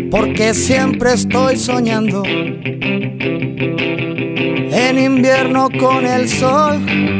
porque siempre estoy soñando en invierno con el sol,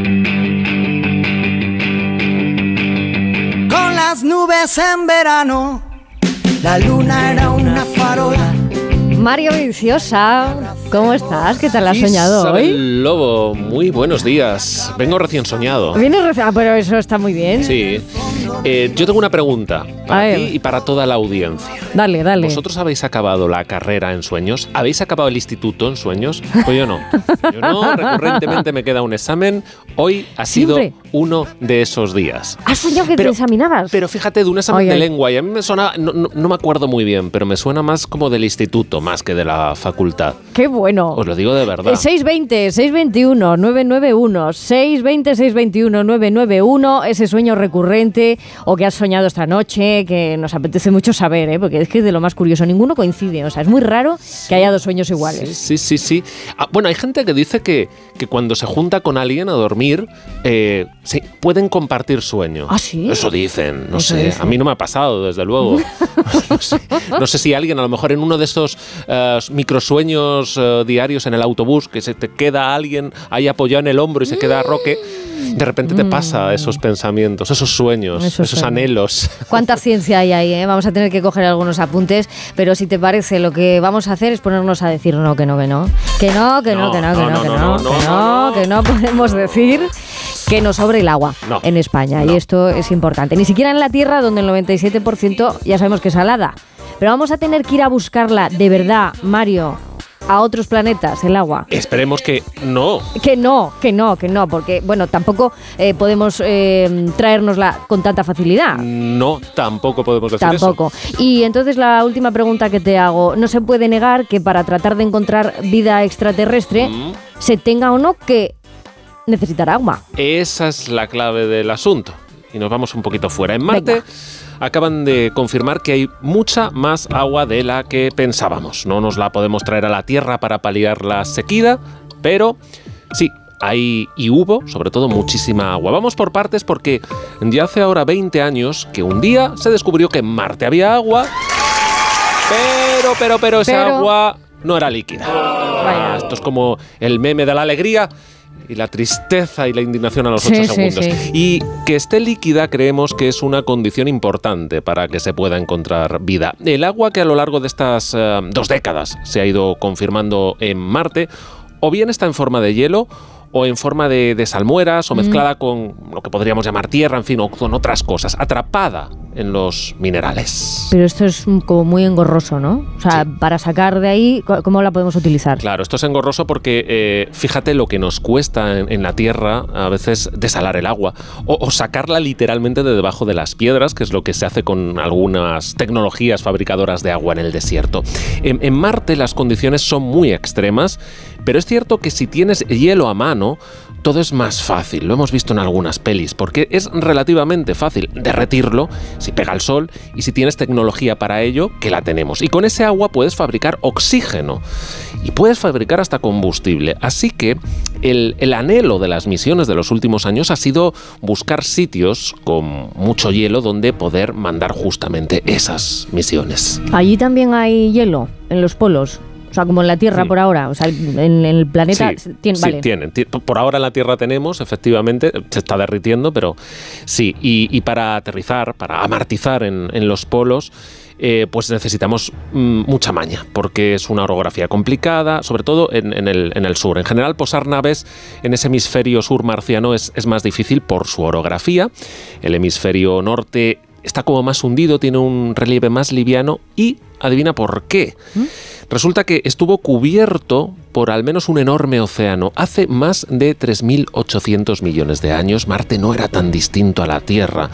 con las nubes en verano. La luna era una farola. Mario Viciosa, ¿cómo estás? ¿Qué tal has soñado hoy? Isabel Lobo, muy buenos días. Vengo recién soñado. ¿Vienes recién? Ah, pero eso está muy bien. Sí. Yo tengo una pregunta para ti y para toda la audiencia. Dale. ¿Vosotros habéis acabado la carrera en sueños? ¿Habéis acabado el instituto en sueños? Pues yo no. Recurrentemente me queda un examen. Hoy ha sido uno de esos días. ¿Has soñado que te examinabas? Pero fíjate, de un examen de lengua, y a mí me suena, no me acuerdo muy bien, pero me suena más como del instituto, más que de la facultad. ¡Qué bueno! Os lo digo de verdad. 620-621-991, 620-621-991, ese sueño recurrente o que has soñado esta noche, que nos apetece mucho saber, porque es que es de lo más curioso, ninguno coincide, o sea, es muy raro que haya dos sueños iguales. Sí. Bueno, hay gente que dice que cuando se junta con alguien a dormir, pueden compartir sueño. ¿Ah, sí? Eso dicen, no sé, a mí no me ha pasado, desde luego. No sé si alguien, a lo mejor en uno de estos microsueños diarios en el autobús, que se te queda alguien ahí apoyado en el hombro y se queda Roque, de repente te pasa esos pensamientos, esos sueños, esos anhelos. ¿Cuánta ciencia hay ahí? Vamos a tener que coger algunos apuntes, pero si te parece, lo que vamos a hacer es ponernos a decir que no podemos decir que nos sobre el agua en España, y esto es importante. Ni siquiera en la Tierra, donde el 97% ya sabemos que es salada. Pero vamos a tener que ir a buscarla de verdad, Mario, a otros planetas, el agua. Esperemos que no. Que no, porque, bueno, tampoco podemos traérnosla con tanta facilidad. No, tampoco podemos decir eso. Y entonces la última pregunta que te hago, no se puede negar que para tratar de encontrar vida extraterrestre se tenga o no que necesitar agua. Esa es la clave del asunto. Y nos vamos un poquito fuera. En Marte acaban de confirmar que hay mucha más agua de la que pensábamos. No nos la podemos traer a la Tierra para paliar la sequía, pero sí, hay y hubo, sobre todo, muchísima agua. Vamos por partes porque ya hace ahora 20 años que un día se descubrió que en Marte había agua, pero esa agua no era líquida. Esto es como el meme de la alegría y la tristeza y la indignación a los 8 segundos. Sí. Y que esté líquida creemos que es una condición importante para que se pueda encontrar vida. El agua que a lo largo de estas 2 décadas se ha ido confirmando en Marte, o bien está en forma de hielo, o en forma de salmueras, o mezclada con lo que podríamos llamar tierra, en fin, o con otras cosas, atrapada en los minerales. Pero esto es como muy engorroso, ¿no? O sea, para sacar de ahí, ¿cómo la podemos utilizar? Claro, esto es engorroso porque fíjate lo que nos cuesta en la Tierra a veces desalar el agua o sacarla literalmente de debajo de las piedras, que es lo que se hace con algunas tecnologías fabricadoras de agua en el desierto. En Marte las condiciones son muy extremas, pero es cierto que si tienes hielo a mano, todo es más fácil. Lo hemos visto en algunas pelis, porque es relativamente fácil derretirlo si pega el sol y si tienes tecnología para ello, que la tenemos. Y con ese agua puedes fabricar oxígeno y puedes fabricar hasta combustible. Así que el anhelo de las misiones de los últimos años ha sido buscar sitios con mucho hielo donde poder mandar justamente esas misiones. ¿Allí también hay hielo en los polos? O sea, como en la Tierra por ahora, o sea, en el planeta tienen. Por ahora en la Tierra tenemos, efectivamente, se está derritiendo, pero sí. Y para aterrizar, para amartizar en los polos, pues necesitamos mucha maña, porque es una orografía complicada, sobre todo en el sur. En general, posar naves en ese hemisferio sur marciano es más difícil por su orografía. El hemisferio norte está como más hundido, tiene un relieve más liviano y, adivina por qué. Resulta que estuvo cubierto por al menos un enorme océano. Hace más de 3.800 millones de años, Marte no era tan distinto a la Tierra.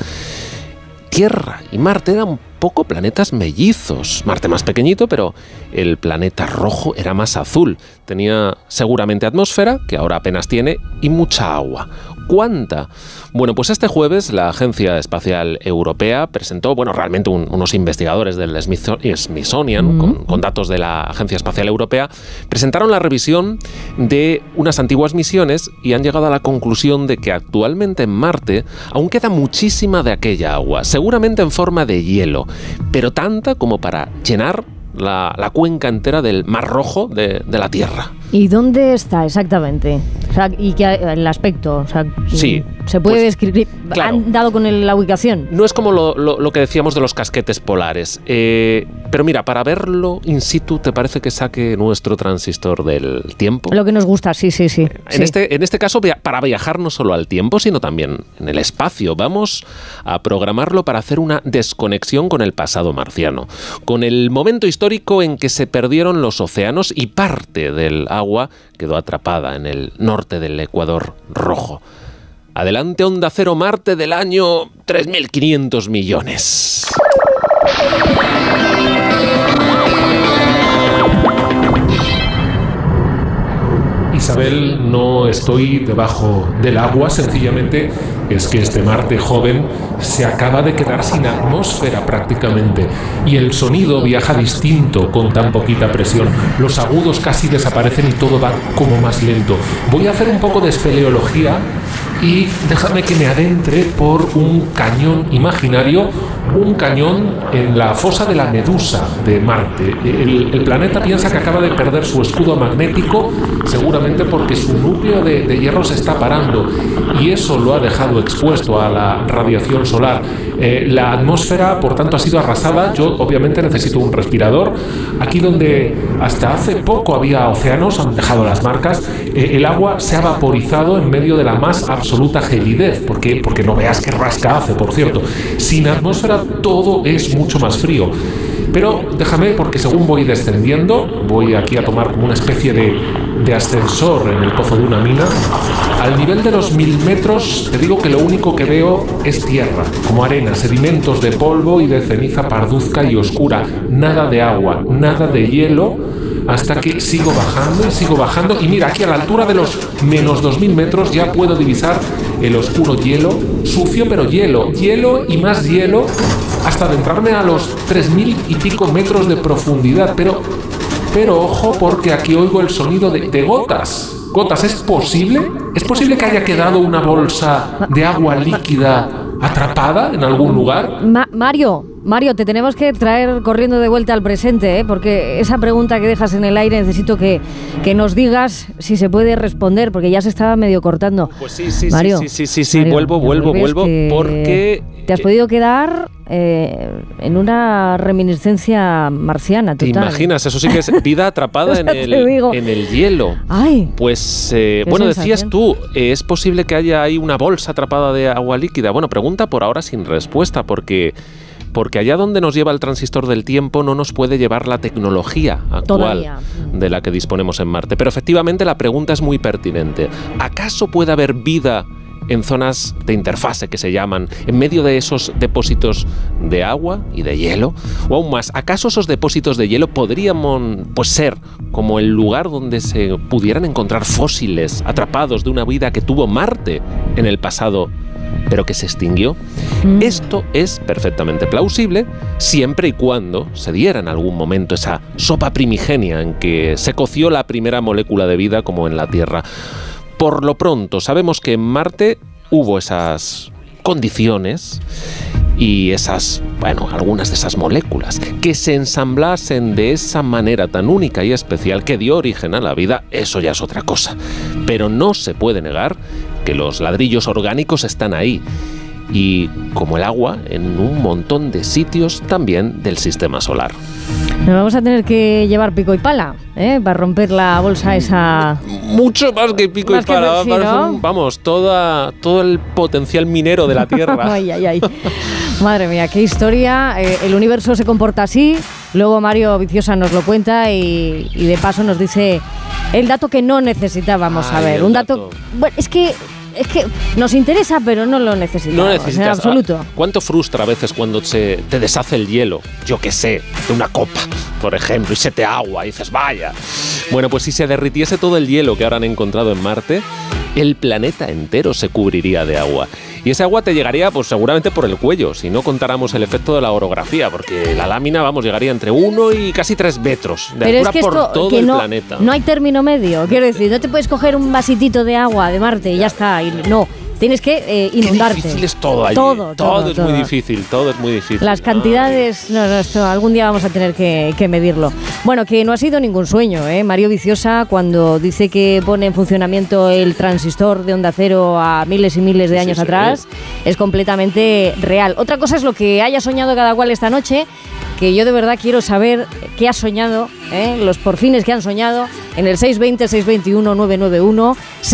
Tierra y Marte eran un poco planetas mellizos. Marte más pequeñito, pero el planeta rojo era más azul. Tenía seguramente atmósfera, que ahora apenas tiene, y mucha agua. ¿Cuánta? Bueno, pues este jueves la Agencia Espacial Europea presentó, realmente unos investigadores del Smithsonian, con datos de la Agencia Espacial Europea, presentaron la revisión de unas antiguas misiones y han llegado a la conclusión de que actualmente en Marte aún queda muchísima de aquella agua, seguramente en forma de hielo, pero tanta como para llenar la cuenca entera del Mar Rojo de la Tierra. ¿Y dónde está exactamente? O sea, ¿y qué el aspecto? O sea, sí, ¿se puede describir? Claro. ¿Han dado con la ubicación? No es como lo que decíamos de los casquetes polares. Pero mira, para verlo in situ, ¿te parece que saque nuestro transistor del tiempo? Lo que nos gusta, sí. En este caso, para viajar no solo al tiempo, sino también en el espacio. Vamos a programarlo para hacer una desconexión con el pasado marciano, con el momento histórico en que se perdieron los océanos y parte del agua quedó atrapada en el norte del Ecuador rojo. Adelante, Onda Cero Marte del año 3.500 millones. Isabel, no estoy debajo del agua, sencillamente es que este Marte joven se acaba de quedar sin atmósfera prácticamente y el sonido viaja distinto con tan poquita presión. Los agudos casi desaparecen y todo va como más lento. Voy a hacer un poco de espeleología y déjame que me adentre por un cañón imaginario, un cañón en la fosa de la Medusa de Marte. El planeta piensa que acaba de perder su escudo magnético, seguramente porque su núcleo de hierro se está parando y eso lo ha dejado expuesto a la radiación solar. La atmósfera, por tanto, ha sido arrasada. Yo obviamente necesito un respirador. Aquí donde hasta hace poco había océanos, han dejado las marcas, el agua se ha vaporizado en medio de la más absoluta gelidez, porque no veas qué rasca hace, por cierto. Sin atmósfera todo es mucho más frío. Pero déjame, porque según voy descendiendo, voy aquí a tomar como una especie de ascensor en el pozo de una mina. Al nivel de los 1000 metros, te digo que lo único que veo es tierra, como arena, sedimentos de polvo y de ceniza parduzca y oscura. Nada de agua, nada de hielo, hasta que sigo bajando. Y mira, aquí a la altura de los menos 2000 metros ya puedo divisar el oscuro hielo, sucio pero hielo y más hielo, hasta adentrarme a los 3000 y pico metros de profundidad. Pero ojo, porque aquí oigo el sonido de gotas. Gotas, ¿es posible? ¿Es posible que haya quedado una bolsa de agua líquida atrapada en algún lugar? Mario, te tenemos que traer corriendo de vuelta al presente, porque esa pregunta que dejas en el aire necesito que nos digas si se puede responder, porque ya se estaba medio cortando. Pues sí, Mario, vuelvo, porque... Te has podido quedar en una reminiscencia marciana total. ¿Te imaginas? Eso sí que es vida atrapada en el hielo. Ay, pues, bueno, sensación. Decías tú, ¿es posible que haya ahí una bolsa atrapada de agua líquida? Bueno, pregunta por ahora sin respuesta, porque allá donde nos lleva el transistor del tiempo no nos puede llevar la tecnología actual de la que disponemos en Marte. Pero efectivamente la pregunta es muy pertinente. ¿Acaso puede haber vida en zonas de interfase que se llaman, en medio de esos depósitos de agua y de hielo? O aún más, ¿acaso esos depósitos de hielo podrían ser como el lugar donde se pudieran encontrar fósiles atrapados de una vida que tuvo Marte en el pasado, pero que se extinguió? Esto es perfectamente plausible siempre y cuando se diera en algún momento esa sopa primigenia en que se coció la primera molécula de vida como en la Tierra. Por lo pronto, sabemos que en Marte hubo esas condiciones y algunas de esas moléculas que se ensamblasen de esa manera tan única y especial que dio origen a la vida. Eso ya es otra cosa. Pero no se puede negar que los ladrillos orgánicos están ahí. Y como el agua, en un montón de sitios también del sistema solar. Nos vamos a tener que llevar pico y pala, para romper la bolsa esa. Mucho más que pico y pala. Sí, ¿no? Vamos, todo el potencial minero de la Tierra. Ay. Madre mía, qué historia. El universo se comporta así. Luego Mario Viciosa nos lo cuenta y de paso nos dice el dato que no necesitábamos saber. Un dato. Bueno, es que nos interesa, pero no lo necesitamos. No necesitas, en absoluto. ¿Cuánto frustra a veces cuando te deshace el hielo? Yo qué sé, de una copa, por ejemplo, y se te agua y dices, vaya. Bueno, pues si se derritiese todo el hielo que ahora han encontrado en Marte, el planeta entero se cubriría de agua. Y ese agua te llegaría, pues seguramente por el cuello, si no contáramos el efecto de la orografía, porque la lámina, llegaría entre 1 y casi 3 metros de altura por todo el planeta. No hay término medio, quiero decir, no te puedes coger un vasitito de agua de Marte y ya está. No, tienes que inundarte. Qué difícil es todo allí. Todo es muy difícil, todo es muy difícil. Las cantidades, esto algún día vamos a tener que medirlo. Bueno, que no ha sido ningún sueño, ¿eh? Mario Viciosa, cuando dice que pone en funcionamiento el transistor de Onda Cero a miles y miles de años atrás, es completamente real. Otra cosa es lo que haya soñado cada cual esta noche, que yo de verdad quiero saber qué ha soñado, los porfines que han soñado, en el 620-621-991.